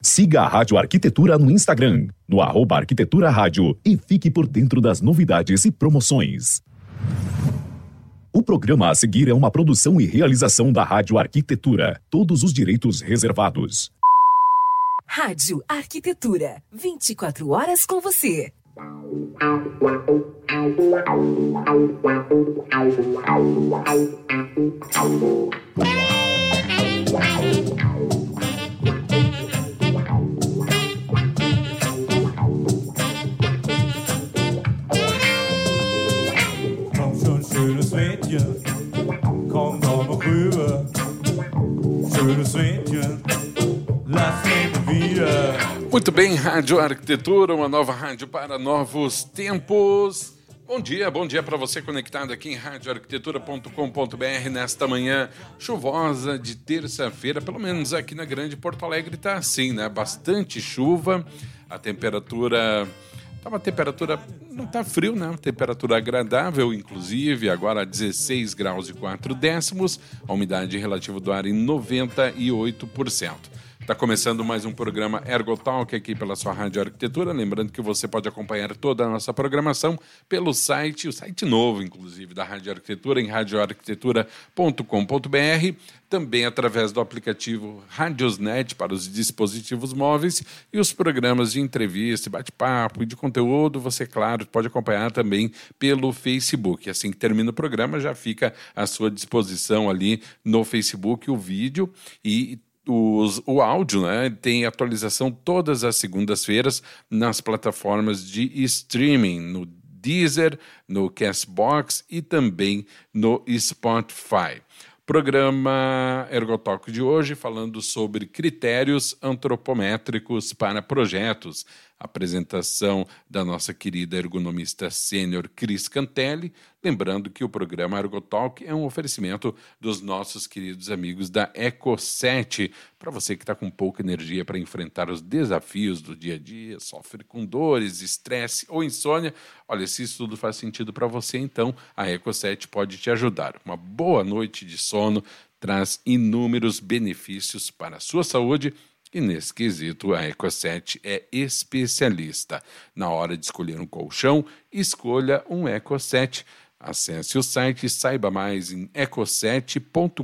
Siga a Rádio Arquitetura no Instagram, no @Arquitetura Rádio, e fique por dentro das novidades e promoções. O programa a seguir é uma produção e realização da Rádio Arquitetura. Todos os direitos reservados. Rádio Arquitetura, 24 horas com você. Muito bem, Rádio Arquitetura, uma nova rádio para novos tempos. Bom dia para você conectado aqui em radioarquitetura.com.br nesta manhã chuvosa de terça-feira, pelo menos aqui na Grande Porto Alegre está assim, né? Bastante chuva, a temperatura... não está frio, né? Temperatura agradável, inclusive, agora 16 graus e 4 décimos, a umidade relativa do ar em 98%. Está começando mais um programa ErgoTalk aqui pela sua Rádio Arquitetura. Lembrando que você pode acompanhar toda a nossa programação pelo site, o site novo, inclusive, da Rádio Arquitetura, em radioarquitetura.com.br, também através do aplicativo Radiosnet para os dispositivos móveis e os programas de entrevista, bate-papo e de conteúdo, você, claro, pode acompanhar também pelo Facebook. Assim que termina o programa, já fica à sua disposição ali no Facebook o vídeo e o áudio, né? Tem atualização todas as segundas-feiras nas plataformas de streaming, no Deezer, no Castbox e também no Spotify. Programa ErgoTalk de hoje falando sobre critérios antropométricos para projetos. Apresentação da nossa querida ergonomista sênior Cris Cantelli. Lembrando que o programa ErgoTalk é um oferecimento dos nossos queridos amigos da Eco7. Para você que está com pouca energia para enfrentar os desafios do dia a dia, sofre com dores, estresse ou insônia, olha, se isso tudo faz sentido para você, então a Eco7 pode te ajudar. Uma boa noite de sono traz inúmeros benefícios para a sua saúde. E nesse quesito, a Eco7 é especialista. Na hora de escolher um colchão, escolha um Eco7. Acesse o site e saiba mais em eco7.com.br.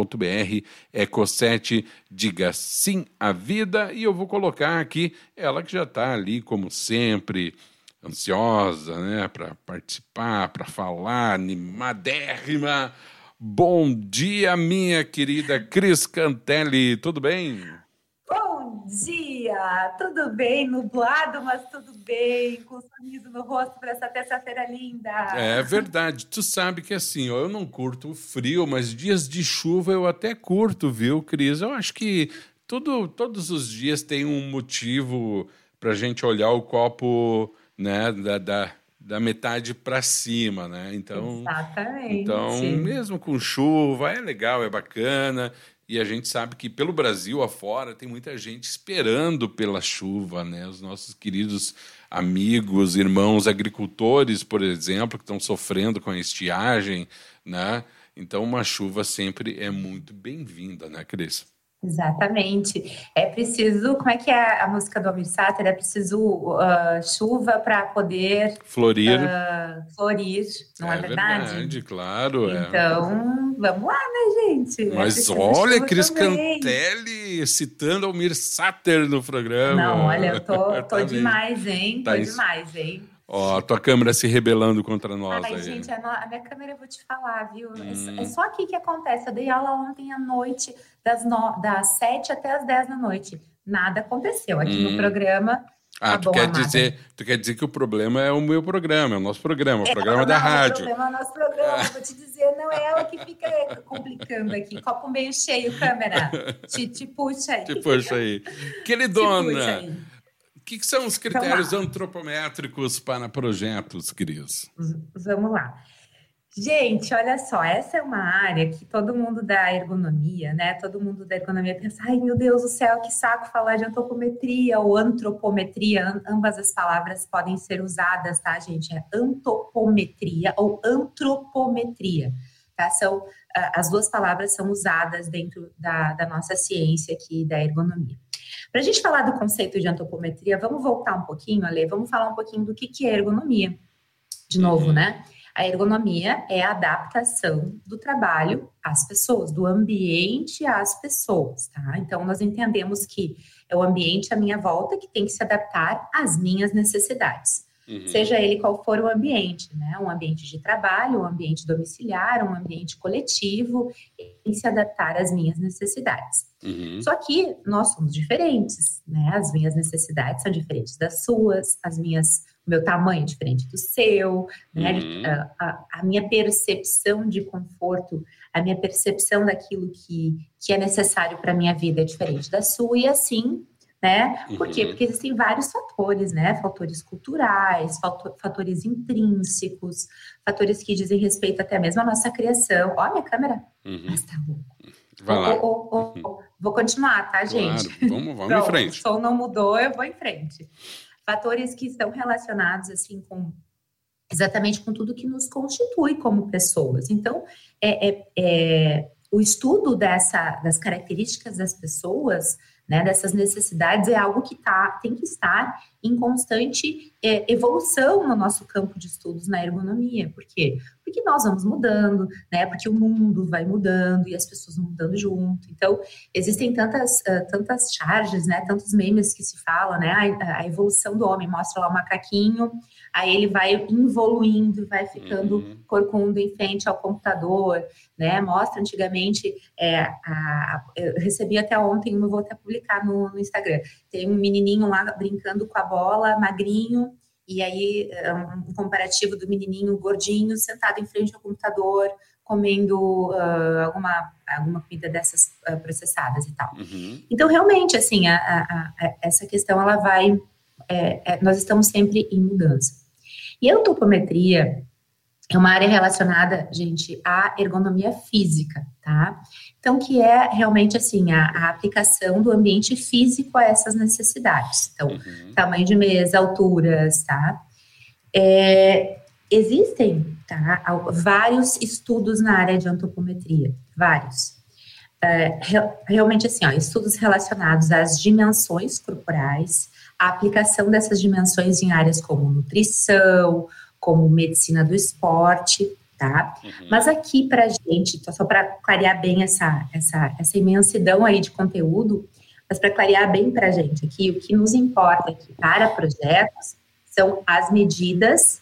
Eco7, diga sim à vida. E eu vou colocar aqui ela que já está ali, como sempre, ansiosa, né, para participar, para falar, animadérrima. Bom dia, minha querida Cris Cantelli, tudo bem? Bom dia! Tudo bem? Nublado, mas tudo bem, com um sorriso no rosto para essa terça-feira linda. É verdade. Tu sabe que assim, ó, eu não curto o frio, mas dias de chuva eu até curto, viu, Cris? Eu acho que todos os dias tem um motivo para a gente olhar o copo, né, da metade para cima, né? Então, exatamente. Então, mesmo com chuva, é legal, é bacana. E a gente sabe que pelo Brasil afora tem muita gente esperando pela chuva, né? Os nossos queridos amigos, irmãos agricultores, por exemplo, que estão sofrendo com a estiagem, né? Então uma chuva sempre é muito bem-vinda, né, Cris? Exatamente. É preciso, como é que é a música do Almir Sater? É preciso chuva para poder florir, não é verdade? É verdade, claro. Então, vamos lá, né, gente? Mas olha, Cris Cantelli citando Almir Sater no programa. Não, olha, eu tô demais, hein? Tô demais, hein? Ó, a tua câmera se rebelando contra nós. Ai, gente, a minha câmera eu vou te falar, viu? É só aqui que acontece. Eu dei aula ontem à noite, das 7 até as 10 da noite. Nada aconteceu aqui no programa. Ah, tu quer dizer que o problema é o meu programa, é o nosso programa, o programa da rádio. O problema é o nosso programa, vou te dizer, não é ela que fica complicando aqui. Copo meio cheio, câmera. Te puxa aí. Te puxa aí. Queridona, o que são os critérios antropométricos para projetos, Cris? Vamos lá. Gente, olha só, essa é uma área que todo mundo da ergonomia, né? Todo mundo da ergonomia pensa, ai meu Deus do céu, que saco falar de antropometria ou antropometria, ambas as palavras podem ser usadas, tá, gente? É antropometria ou antropometria, tá? As duas palavras são usadas dentro da nossa ciência aqui da ergonomia. Para a gente falar do conceito de antropometria, vamos voltar um pouquinho, Ale, vamos falar um pouquinho do que é ergonomia. De novo, né? A ergonomia é a adaptação do trabalho às pessoas, do ambiente às pessoas, tá? Então, nós entendemos que é o ambiente à minha volta que tem que se adaptar às minhas necessidades. Seja ele qual for o ambiente, né? Um ambiente de trabalho, um ambiente domiciliar, um ambiente coletivo, tem que se adaptar às minhas necessidades. Só que nós somos diferentes, né? As minhas necessidades são diferentes das suas, o meu tamanho é diferente do seu, né? A minha percepção de conforto, a minha percepção daquilo que é necessário para a minha vida é diferente da sua, e assim, né? Por quê? Porque existem vários fatores, né? Fatores culturais, fatores intrínsecos, fatores que dizem respeito até mesmo à nossa criação. Ó, minha câmera. Mas tá louco. Vai lá. Vou continuar, tá, gente? Claro, vamos em frente. O som não mudou, eu vou em frente. Fatores que estão relacionados, assim, exatamente com tudo que nos constitui como pessoas. Então, o estudo das características das pessoas, né, dessas necessidades, é algo que tem que estar em constante evolução no nosso campo de estudos na ergonomia. Por quê? Porque nós vamos mudando, né, porque o mundo vai mudando e as pessoas vão mudando junto. Então, existem tantas charges, né, tantos memes que se fala, né, a evolução do homem, mostra lá o macaquinho, aí ele vai evoluindo, vai ficando corcunda em frente ao computador, né, mostra antigamente, eu recebi até ontem, eu vou até publicar no Instagram, tem um menininho lá brincando com a bola, magrinho, e aí um comparativo do menininho gordinho sentado em frente ao computador, comendo alguma comida dessas processadas e tal. Então, realmente, assim, essa questão, ela vai... nós estamos sempre em mudança. E a antropometria é uma área relacionada, gente, à ergonomia física, tá? Então, que é realmente, assim, a aplicação do ambiente físico a essas necessidades. Então, tamanho de mesa, alturas, tá? Existem, tá, vários estudos na área de antropometria, vários. Realmente, assim, estudos relacionados às dimensões corporais, a aplicação dessas dimensões em áreas como nutrição, como medicina do esporte, tá? Mas aqui pra gente, só para clarear bem essa imensidão aí de conteúdo, mas para clarear bem pra gente aqui, o que nos importa aqui para projetos são as medidas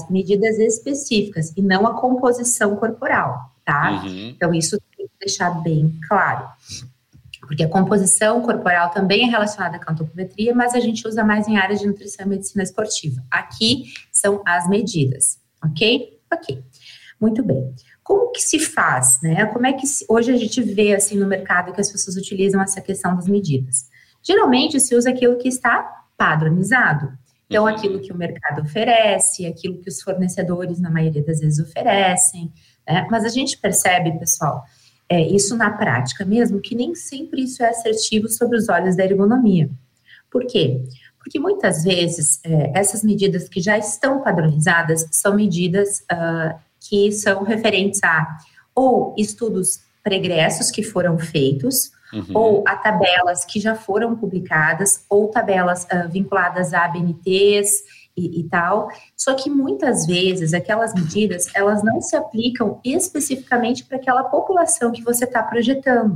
específicas e não a composição corporal, tá? Então, isso tem que deixar bem claro. Porque a composição corporal também é relacionada com a antropometria, mas a gente usa mais em áreas de nutrição e medicina esportiva. Aqui são as medidas, ok? Ok, muito bem. Como que se faz, né? Como é que hoje a gente vê, assim, no mercado que as pessoas utilizam essa questão das medidas? Geralmente se usa aquilo que está padronizado. Então, aquilo que o mercado oferece, aquilo que os fornecedores, na maioria das vezes, oferecem, né? Mas a gente percebe, pessoal, isso na prática mesmo, que nem sempre isso é assertivo sobre os olhos da ergonomia. Por quê? Porque muitas vezes essas medidas que já estão padronizadas são medidas que são referentes a ou estudos pregressos que foram feitos, ou a tabelas que já foram publicadas, ou tabelas vinculadas a ABNTs e tal, só que muitas vezes aquelas medidas, elas não se aplicam especificamente para aquela população que você está projetando.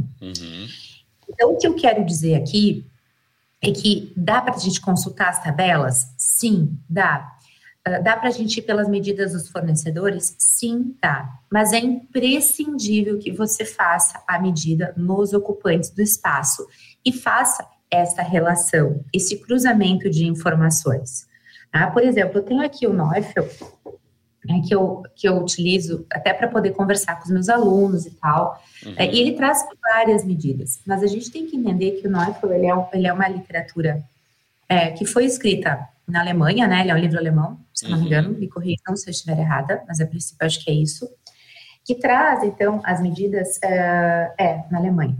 Então, o que eu quero dizer aqui é que dá para a gente consultar as tabelas? Sim, dá. Dá para a gente ir pelas medidas dos fornecedores? Sim, dá. Mas é imprescindível que você faça a medida nos ocupantes do espaço e faça essa relação, esse cruzamento de informações. Por exemplo, eu tenho aqui o Neufel, né, que eu utilizo até para poder conversar com os meus alunos e tal, e ele traz várias medidas, mas a gente tem que entender que o Neufel, ele é uma literatura que foi escrita na Alemanha, né, ele é um livro alemão, se não me engano, me corrijam se eu estiver errada, mas a princípio acho que é isso, que traz, então, as medidas, na Alemanha,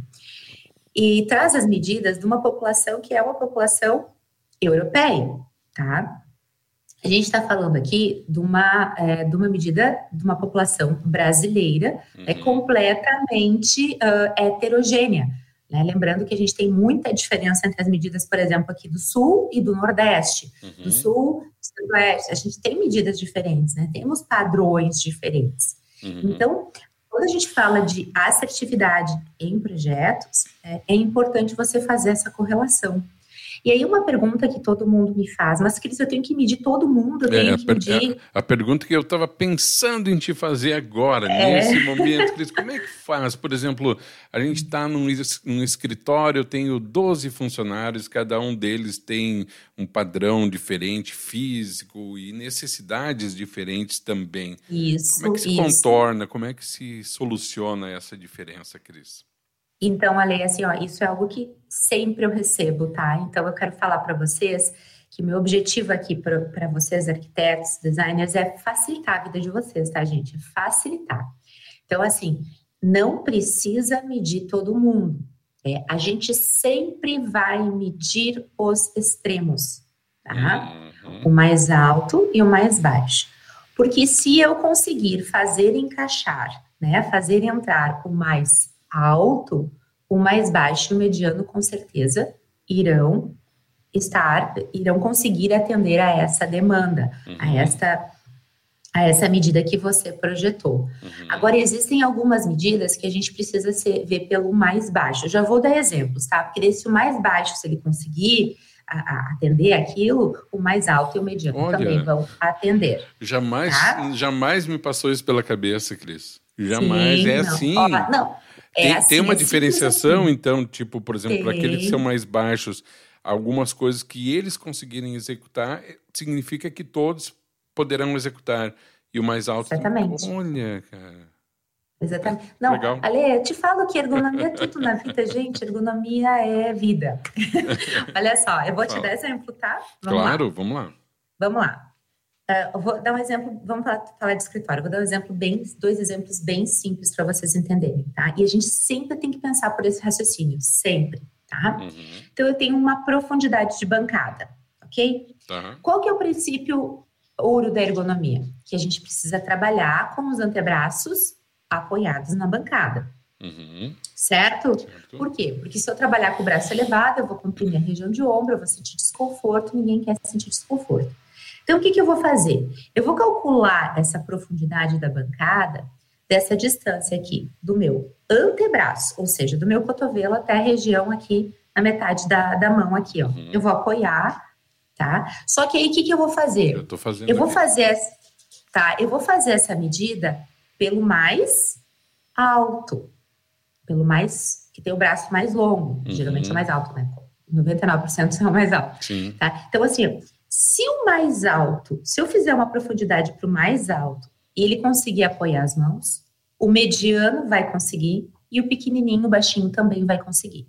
e traz as medidas de uma população que é uma população europeia, tá? A gente está falando aqui de uma medida de uma população brasileira completamente heterogênea. né? Lembrando que a gente tem muita diferença entre as medidas, por exemplo, aqui do Sul e do Nordeste. Do Sul e do Centro-Oeste. A gente tem medidas diferentes, né? Temos padrões diferentes. Então, quando a gente fala de assertividade em projetos, é importante você fazer essa correlação. E aí uma pergunta que todo mundo me faz, mas Cris, eu tenho que medir todo mundo, eu tenho que medir... A pergunta que eu estava pensando em te fazer agora, nesse momento, Cris, como é que faz? Por exemplo, a gente está num escritório, eu tenho 12 funcionários, cada um deles tem um padrão diferente, físico e necessidades diferentes também. Isso, como é que se contorna, como é que se soluciona essa diferença, Cris? Então, Ale, assim, ó, isso é algo que sempre eu recebo, tá? Então, eu quero falar para vocês que meu objetivo aqui para vocês, arquitetos, designers, é facilitar a vida de vocês, tá, gente? Facilitar. Então, assim, não precisa medir todo mundo. A gente sempre vai medir os extremos, tá? O mais alto e o mais baixo. Porque se eu conseguir fazer encaixar, né, fazer entrar o mais alto, o mais baixo e o mediano, com certeza, irão conseguir atender a essa demanda, a essa medida que você projetou. Agora, existem algumas medidas que a gente precisa ver pelo mais baixo. Eu já vou dar exemplos, tá? Porque se o mais baixo, se ele conseguir atender aquilo, o mais alto e o mediano também vão atender. Jamais me passou isso pela cabeça, Cris. Jamais. Sim, assim. Tem uma diferenciação, assim. Então, tipo, por exemplo, para aqueles que são mais baixos, algumas coisas que eles conseguirem executar, significa que todos poderão executar. E o mais alto... Exatamente. Olha, cara... Exatamente. Não, legal. Ale, eu te falo que ergonomia é tudo na vida, gente. Ergonomia é vida. Olha só, eu vou te dar exemplo, tá? Vamos lá. Vamos lá. Eu vou dar um exemplo, vamos falar de escritório, eu vou dar dois exemplos bem simples para vocês entenderem, tá? E a gente sempre tem que pensar por esse raciocínio, sempre, tá? Então, eu tenho uma profundidade de bancada, ok? Qual que é o princípio ouro da ergonomia? Que a gente precisa trabalhar com os antebraços apoiados na bancada, certo? Por quê? Porque se eu trabalhar com o braço elevado, eu vou comprimir a região de ombro, eu vou sentir desconforto, ninguém quer sentir desconforto. Então, o que eu vou fazer? Eu vou calcular essa profundidade da bancada dessa distância aqui do meu antebraço, ou seja, do meu cotovelo até a região aqui, na metade da mão aqui, ó. Eu vou apoiar, tá? Só que aí, o que eu vou fazer? Eu vou fazer essa medida pelo mais alto, pelo mais, que tem o braço mais longo, geralmente é mais alto, né? 99% é o mais alto. Tá? Então, assim, se eu fizer uma profundidade para o mais alto e ele conseguir apoiar as mãos, o mediano vai conseguir e o pequenininho, o baixinho também vai conseguir.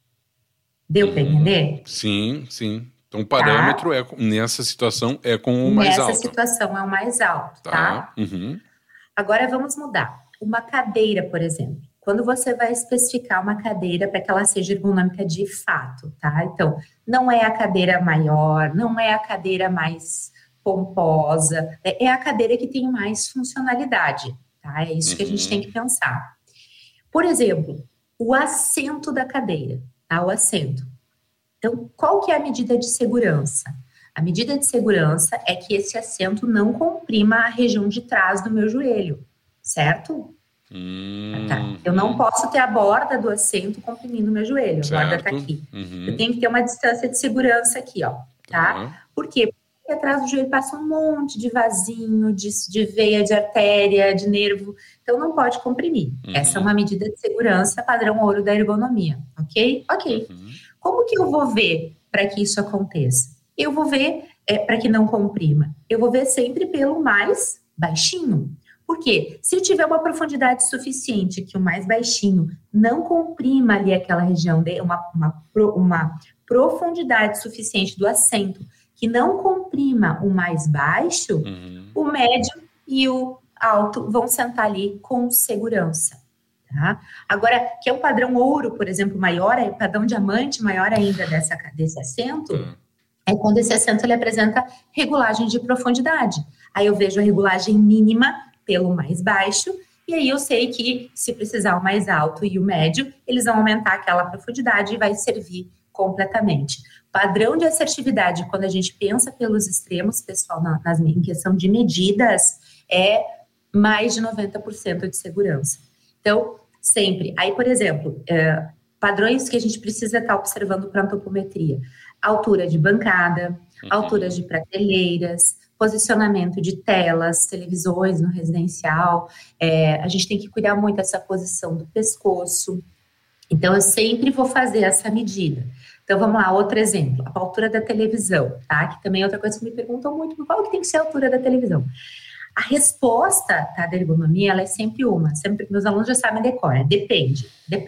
Deu para entender? Sim. Então, o parâmetro nessa situação é com o mais alto. Nessa situação é o mais alto, tá? Agora vamos mudar. Uma cadeira, por exemplo. Quando você vai especificar uma cadeira para que ela seja ergonômica de fato, tá? Então, não é a cadeira maior, não é a cadeira mais pomposa, é a cadeira que tem mais funcionalidade, tá? É isso que a gente tem que pensar. Por exemplo, o assento da cadeira, tá? O assento. Então, qual que é a medida de segurança? A medida de segurança é que esse assento não comprima a região de trás do meu joelho, certo? Tá. Eu não posso ter a borda do assento comprimindo o meu joelho, a borda tá aqui. Eu tenho que ter uma distância de segurança aqui, ó, tá? Por quê? Porque atrás do joelho passa um monte de vasinho, de veia, de artéria, de nervo, então não pode comprimir. Essa é uma medida de segurança padrão ouro da ergonomia, ok? Ok. Como que eu vou ver para que isso aconteça? Eu vou ver, para que não comprima, eu vou ver sempre pelo mais baixinho. Por quê? Se eu tiver uma profundidade suficiente que o mais baixinho não comprima ali aquela região, uma profundidade suficiente do assento que não comprima o mais baixo, o médio e o alto vão sentar ali com segurança. Tá? Agora, que é um padrão ouro, por exemplo, maior, é padrão diamante, maior ainda desse assento, é quando esse assento ele apresenta regulagem de profundidade. Aí eu vejo a regulagem mínima pelo mais baixo e aí eu sei que se precisar o mais alto e o médio, eles vão aumentar aquela profundidade e vai servir completamente. Padrão de assertividade, quando a gente pensa pelos extremos, pessoal, em questão de medidas, é mais de 90% de segurança. Então, sempre. Aí, por exemplo, padrões que a gente precisa estar observando para antropometria. Altura de bancada, alturas de prateleiras, posicionamento de telas, televisões no residencial. A gente tem que cuidar muito dessa posição do pescoço. Então, eu sempre vou fazer essa medida. Então, vamos lá, outro exemplo, a altura da televisão, tá? Que também é outra coisa que me perguntam muito, qual que tem que ser a altura da televisão? A resposta, tá, da ergonomia, ela é sempre uma, sempre meus alunos já sabem decorar, depende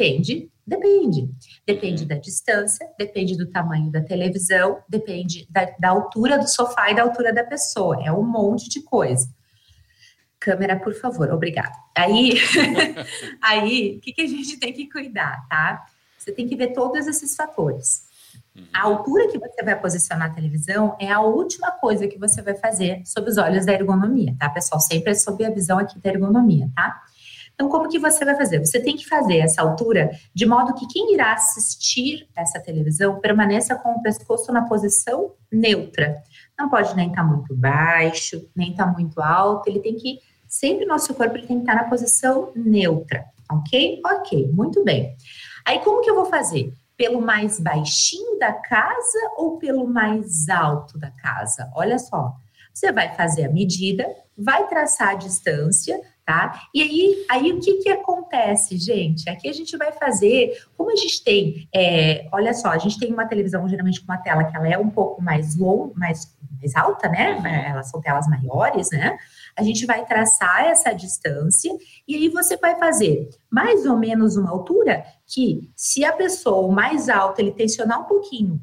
da distância, depende do tamanho da televisão, depende da altura do sofá e da altura da pessoa, é um monte de coisa. Câmera, por favor, obrigada. Aí, o que a gente tem que cuidar, tá? Você tem que ver todos esses fatores. A altura que você vai posicionar a televisão é a última coisa que você vai fazer sob os olhos da ergonomia, tá, pessoal? Sempre é sob a visão aqui da ergonomia, tá? Então, como que você vai fazer? Você tem que fazer essa altura de modo que quem irá assistir essa televisão permaneça com o pescoço na posição neutra. Não pode nem estar muito baixo, nem estar muito alto, ele tem que, sempre o nosso corpo ele tem que estar na posição neutra, ok? Ok, muito bem. Aí, como que eu vou fazer? Pelo mais baixinho da casa ou pelo mais alto da casa? Olha só, você vai fazer a medida, vai traçar a distância, tá? E aí o que acontece, gente? Aqui a gente vai fazer, como a gente tem, olha só, a gente tem uma televisão geralmente com uma tela que ela é um pouco mais longa, mais alta, né? Elas são telas maiores, né? A gente vai traçar essa distância e aí você vai fazer mais ou menos uma altura que, se a pessoa, o mais alto, ele tensionar um pouquinho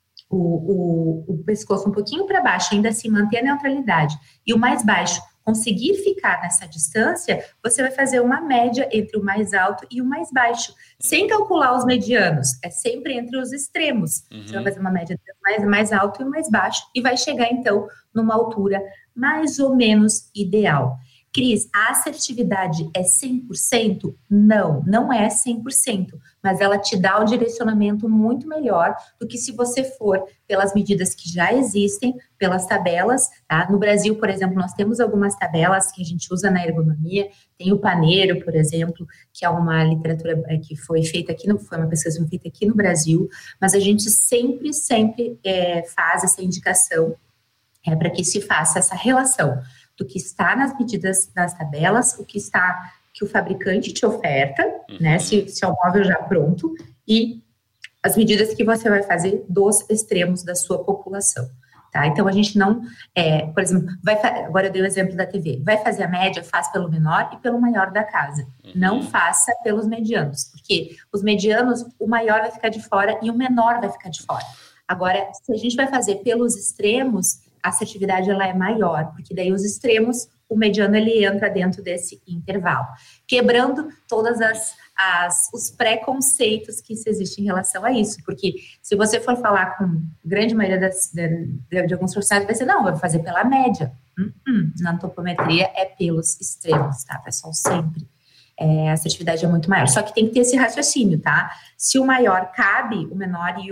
o pescoço um pouquinho para baixo, ainda assim manter a neutralidade, e o mais baixo conseguir ficar nessa distância, você vai fazer uma média entre o mais alto e o mais baixo, sem calcular os medianos, é sempre entre os extremos. Você vai fazer uma média entre o mais alto e o mais baixo, e vai chegar, então, numa altura mais ou menos ideal. Cris, a assertividade é 100%? Não, não é 100%, mas ela te dá um direcionamento muito melhor do que se você for pelas medidas que já existem, pelas tabelas, tá? No Brasil, por exemplo, nós temos algumas tabelas que a gente usa na ergonomia, tem o Paneiro, por exemplo, que é uma literatura que foi feita aqui, foi uma pesquisa feita aqui no Brasil, mas a gente sempre faz essa indicação para que se faça essa relação do que está nas medidas das tabelas, que o fabricante te oferta, né, se é um móvel já pronto, e as medidas que você vai fazer dos extremos da sua população, tá? Então, a gente não, por exemplo, agora eu dei o exemplo da TV, vai fazer a média, faz pelo menor e pelo maior da casa, não faça pelos medianos, porque os medianos, o maior vai ficar de fora e o menor vai ficar de fora. Agora, se a gente vai fazer pelos extremos, a assertividade ela é maior, porque daí os extremos, o mediano ele entra dentro desse intervalo, quebrando todas os preconceitos que existem em relação a isso, porque se você for falar com a grande maioria de alguns profissionais, vai dizer, não, eu vou fazer pela média. Na antropometria é pelos extremos, tá, pessoal? Sempre. A assertividade é muito maior, só que tem que ter esse raciocínio, tá? Se o maior cabe, o menor e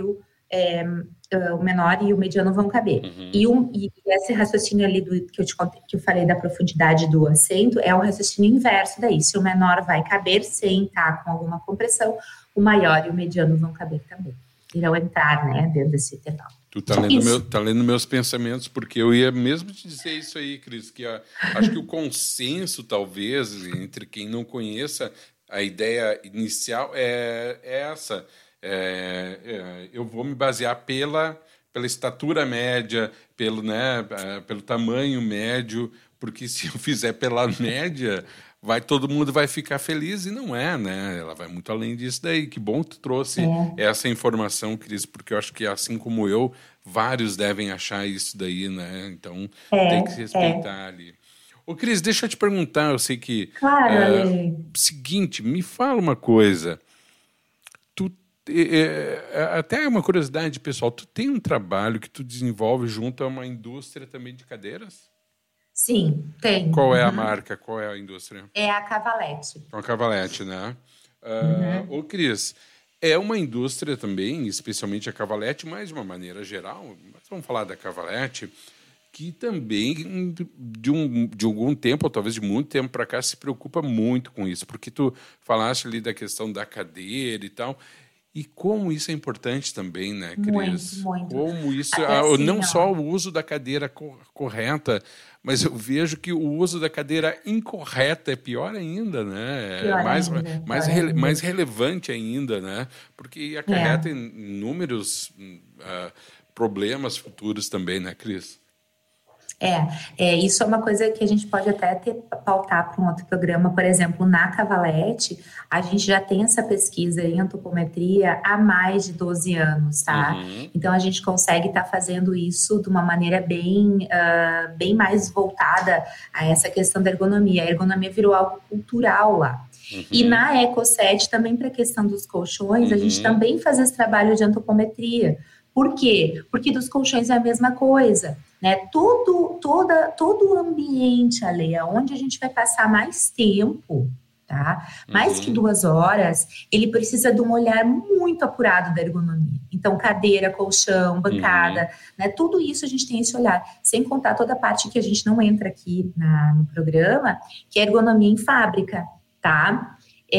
o mediano vão caber. E esse raciocínio ali que eu falei da profundidade do assento é o raciocínio inverso daí. Se o menor vai caber sem estar com alguma compressão, o maior e o mediano vão caber também. Irão entrar, né, dentro desse intervalo. Tu tá lendo meus pensamentos, porque eu ia mesmo te dizer isso aí, Cris, que acho que o consenso, talvez, entre quem não conheça, a ideia inicial é essa. Eu vou me basear pela estatura média, pelo tamanho médio, porque se eu fizer pela média, todo mundo vai ficar feliz, e não é, né? Ela vai muito além disso daí. Que bom que tu trouxe essa informação, Cris, porque eu acho que, assim como eu, vários devem achar isso daí, né? Então, tem que se respeitar ali. Ô, Cris, deixa eu te perguntar, eu sei que... Claro, seguinte, me fala uma coisa. Até uma curiosidade, pessoal, tu tem um trabalho que tu desenvolve junto a uma indústria também de cadeiras? Sim, tem. Qual é a marca? Qual é a indústria? É a Cavalete. A Cavalete, né? Ô, Cris, é uma indústria também, especialmente a Cavalete, mas de uma maneira geral, mas vamos falar da Cavalete, que também, de algum tempo, ou talvez de muito tempo para cá, se preocupa muito com isso, porque tu falaste ali da questão da cadeira e tal, e como isso é importante também, né, Cris? Muito. Como isso, Assim, não só o uso da cadeira correta, mas eu vejo que o uso da cadeira incorreta é pior ainda, né? É mais relevante ainda, né? Porque acarreta inúmeros problemas futuros também, né, Cris? Isso é uma coisa que a gente pode até pautar para um outro programa. Por exemplo, na Cavalete, a gente já tem essa pesquisa em antropometria há mais de 12 anos, tá? Então, a gente consegue estar fazendo isso de uma maneira bem mais voltada a essa questão da ergonomia. A ergonomia virou algo cultural lá. E na Ecosset, também para a questão dos colchões, a gente também faz esse trabalho de antropometria. Por quê? Porque dos colchões é a mesma coisa, né? Todo o ambiente, Ale, onde a gente vai passar mais tempo, tá? Mais que 2 horas, ele precisa de um olhar muito apurado da ergonomia. Então, cadeira, colchão, bancada, né? Tudo isso a gente tem esse olhar. Sem contar toda a parte que a gente não entra aqui no programa, que é ergonomia em fábrica, tá?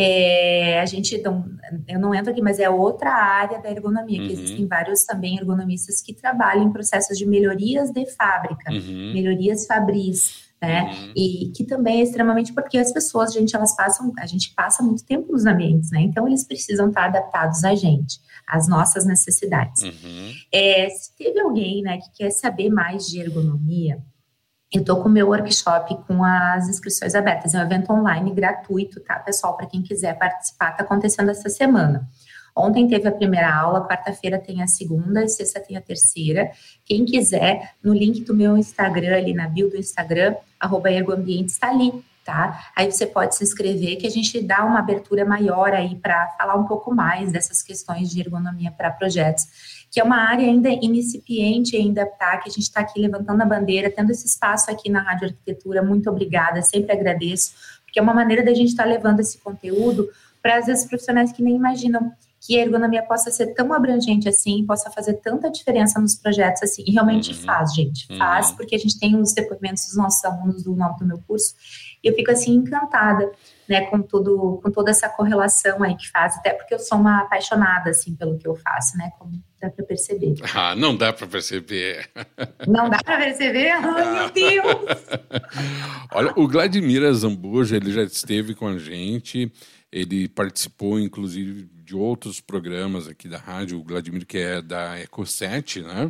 Eu não entro aqui, mas é outra área da ergonomia, que existem vários também ergonomistas que trabalham em processos de melhorias de fábrica, melhorias fabris, né? E que também é extremamente, porque as pessoas, a gente passa muito tempo nos ambientes, né? Então eles precisam estar adaptados a gente, às nossas necessidades. Se teve alguém, né, que quer saber mais de ergonomia, eu estou com o meu workshop com as inscrições abertas. É um evento online gratuito, tá, pessoal? Para quem quiser participar, está acontecendo essa semana. Ontem teve a primeira aula, quarta-feira tem a segunda e sexta tem a terceira. Quem quiser, no link do meu Instagram, ali na bio do Instagram, @ergoambiente, está ali, tá? Aí você pode se inscrever, que a gente dá uma abertura maior aí para falar um pouco mais dessas questões de ergonomia para projetos, que é uma área ainda incipiente, ainda tá, que a gente está aqui levantando a bandeira, tendo esse espaço aqui na Rádio Arquitetura. Muito obrigada, sempre agradeço, porque é uma maneira da gente estar levando esse conteúdo para, às vezes, profissionais que nem imaginam que a ergonomia possa ser tão abrangente assim, possa fazer tanta diferença nos projetos assim, e realmente faz, gente, faz, porque a gente tem os depoimentos dos nossos alunos do meu curso, e eu fico assim encantada, né, com toda essa correlação aí que faz, até porque eu sou uma apaixonada, assim, pelo que eu faço, né, como dá para perceber. Não dá para perceber. Não dá para perceber? Ai, meu Deus! Olha, o Vladimir Zambuja, ele já esteve com a gente, ele participou, inclusive, de outros programas aqui da rádio, o Vladimir, que é da Ecosset, né?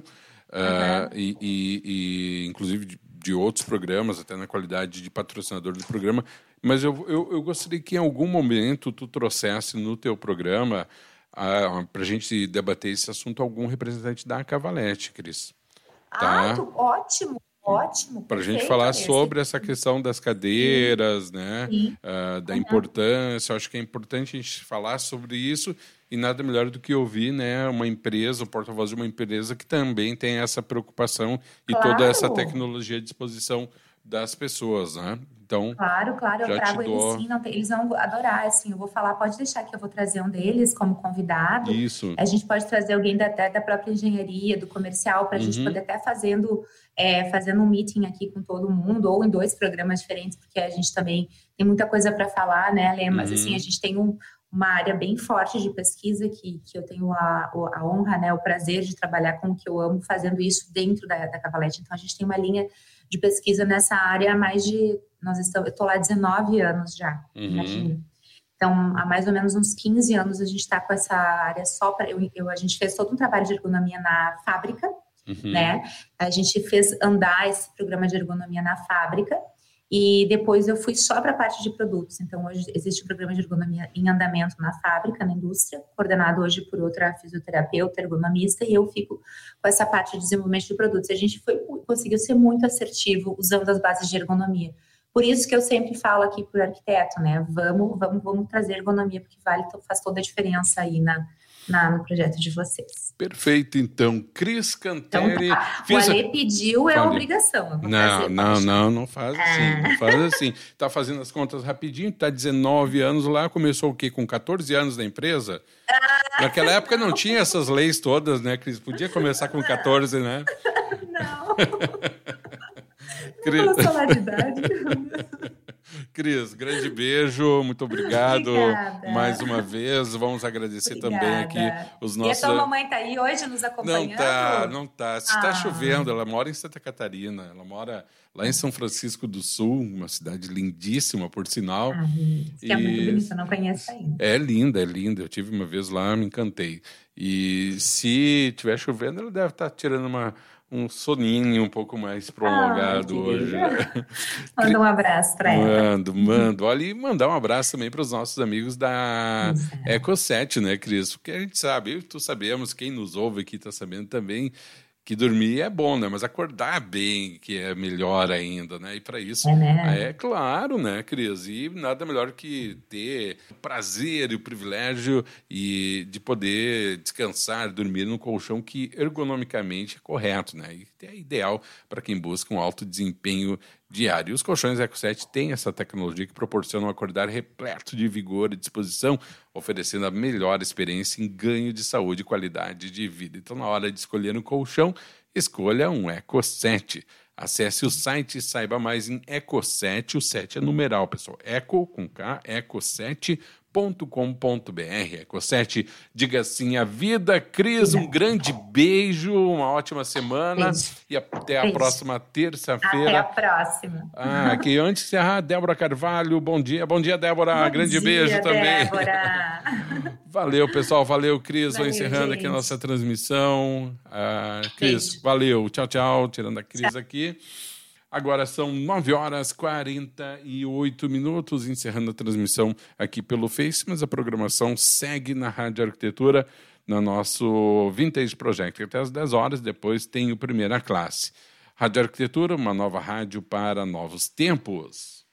E inclusive de outros programas, até na qualidade de patrocinador do programa. Mas eu gostaria que em algum momento tu trouxesse no teu programa, para a gente debater esse assunto, algum representante da Cavalete, Cris. Tá? Ótimo. Ótimo. Para a gente falar sobre essa questão das cadeiras, né? Da importância. Eu acho que é importante a gente falar sobre isso, e nada melhor do que ouvir, né, uma empresa, o porta-voz de uma empresa que também tem essa preocupação e toda essa tecnologia à disposição das pessoas, né? Então, claro, eu trago eles sim, eles vão adorar, assim, eu vou falar, pode deixar que eu vou trazer um deles como convidado. Isso. A gente pode trazer alguém da própria engenharia, do comercial, para a gente poder até fazendo um meeting aqui com todo mundo, ou em 2 programas diferentes, porque a gente também tem muita coisa para falar, né, Lê? Mas assim, a gente tem uma área bem forte de pesquisa que eu tenho a honra, né, o prazer de trabalhar com o que eu amo, fazendo isso dentro da Cavalete. Então, a gente tem uma linha de pesquisa nessa área há mais de... eu estou lá há 19 anos já, imagina. Então, há mais ou menos uns 15 anos a gente está com essa área só para... a gente fez todo um trabalho de ergonomia na fábrica, né? A gente fez andar esse programa de ergonomia na fábrica, e depois eu fui só para a parte de produtos. Então, hoje existe um programa de ergonomia em andamento na fábrica, na indústria, coordenado hoje por outra fisioterapeuta, ergonomista, e eu fico com essa parte de desenvolvimento de produtos. A gente conseguiu ser muito assertivo usando as bases de ergonomia. Por isso que eu sempre falo aqui para o arquiteto, né? Vamos trazer ergonomia, porque faz toda a diferença aí no projeto de vocês. Perfeito, então. Cris Cantelli... Então, tá. O Ale pediu, é obrigação. Eu vou fazer, não faz assim, não faz assim. Tá fazendo as contas rapidinho, tá 19 anos lá, começou o quê? Com 14 anos na empresa? Naquela época não tinha essas leis todas, né, Cris? Podia começar com 14, né? Não. Cris... Não vou falar de idade. Cris, grande beijo, muito obrigado. Obrigada. Mais uma vez. Vamos agradecer também aqui os nossos... E a tua mamãe tá aí hoje nos acompanhando? Não tá. Se tá chovendo, ela mora em Santa Catarina, ela mora lá em São Francisco do Sul, uma cidade lindíssima, por sinal. Que é muito bonita, eu não conheço ainda. É linda. Eu tive uma vez lá, me encantei. E se tiver chovendo, ela deve estar tirando um soninho um pouco mais prolongado hoje. Manda um abraço para ela. Mando. Olha, e mandar um abraço também para os nossos amigos da Eco7, né, Cris? Porque a gente sabe, eu e tu sabemos, quem nos ouve aqui está sabendo também, que dormir é bom, né? Mas acordar bem, que é melhor ainda, né? E para isso, é claro, né, Cris? E nada melhor que ter o prazer e o privilégio de poder descansar, dormir num colchão que ergonomicamente é correto, né? E é ideal para quem busca um alto desempenho diário. E os colchões Eco7 têm essa tecnologia que proporciona acordar repleto de vigor e disposição, oferecendo a melhor experiência em ganho de saúde e qualidade de vida. Então, na hora de escolher um colchão, escolha um Eco7. Acesse o site e saiba mais em Eco7, o 7 é numeral, pessoal. Eco, com K, Eco7.com.br. Eco7, diga sim à vida. Cris, um grande beijo, uma ótima semana e até a próxima terça-feira. Até a próxima. Aqui antes de encerrar, Débora Carvalho, bom dia, Débora, grande beijo também. Débora. Valeu, pessoal, valeu, Cris, vou encerrando aqui a nossa transmissão. Cris, valeu, tchau, tirando a Cris aqui. Agora são 9h48, encerrando a transmissão aqui pelo Face, mas a programação segue na Rádio Arquitetura, no nosso Vintage Project, até às 10 horas, depois tem o Primeira Classe. Rádio Arquitetura, uma nova rádio para novos tempos.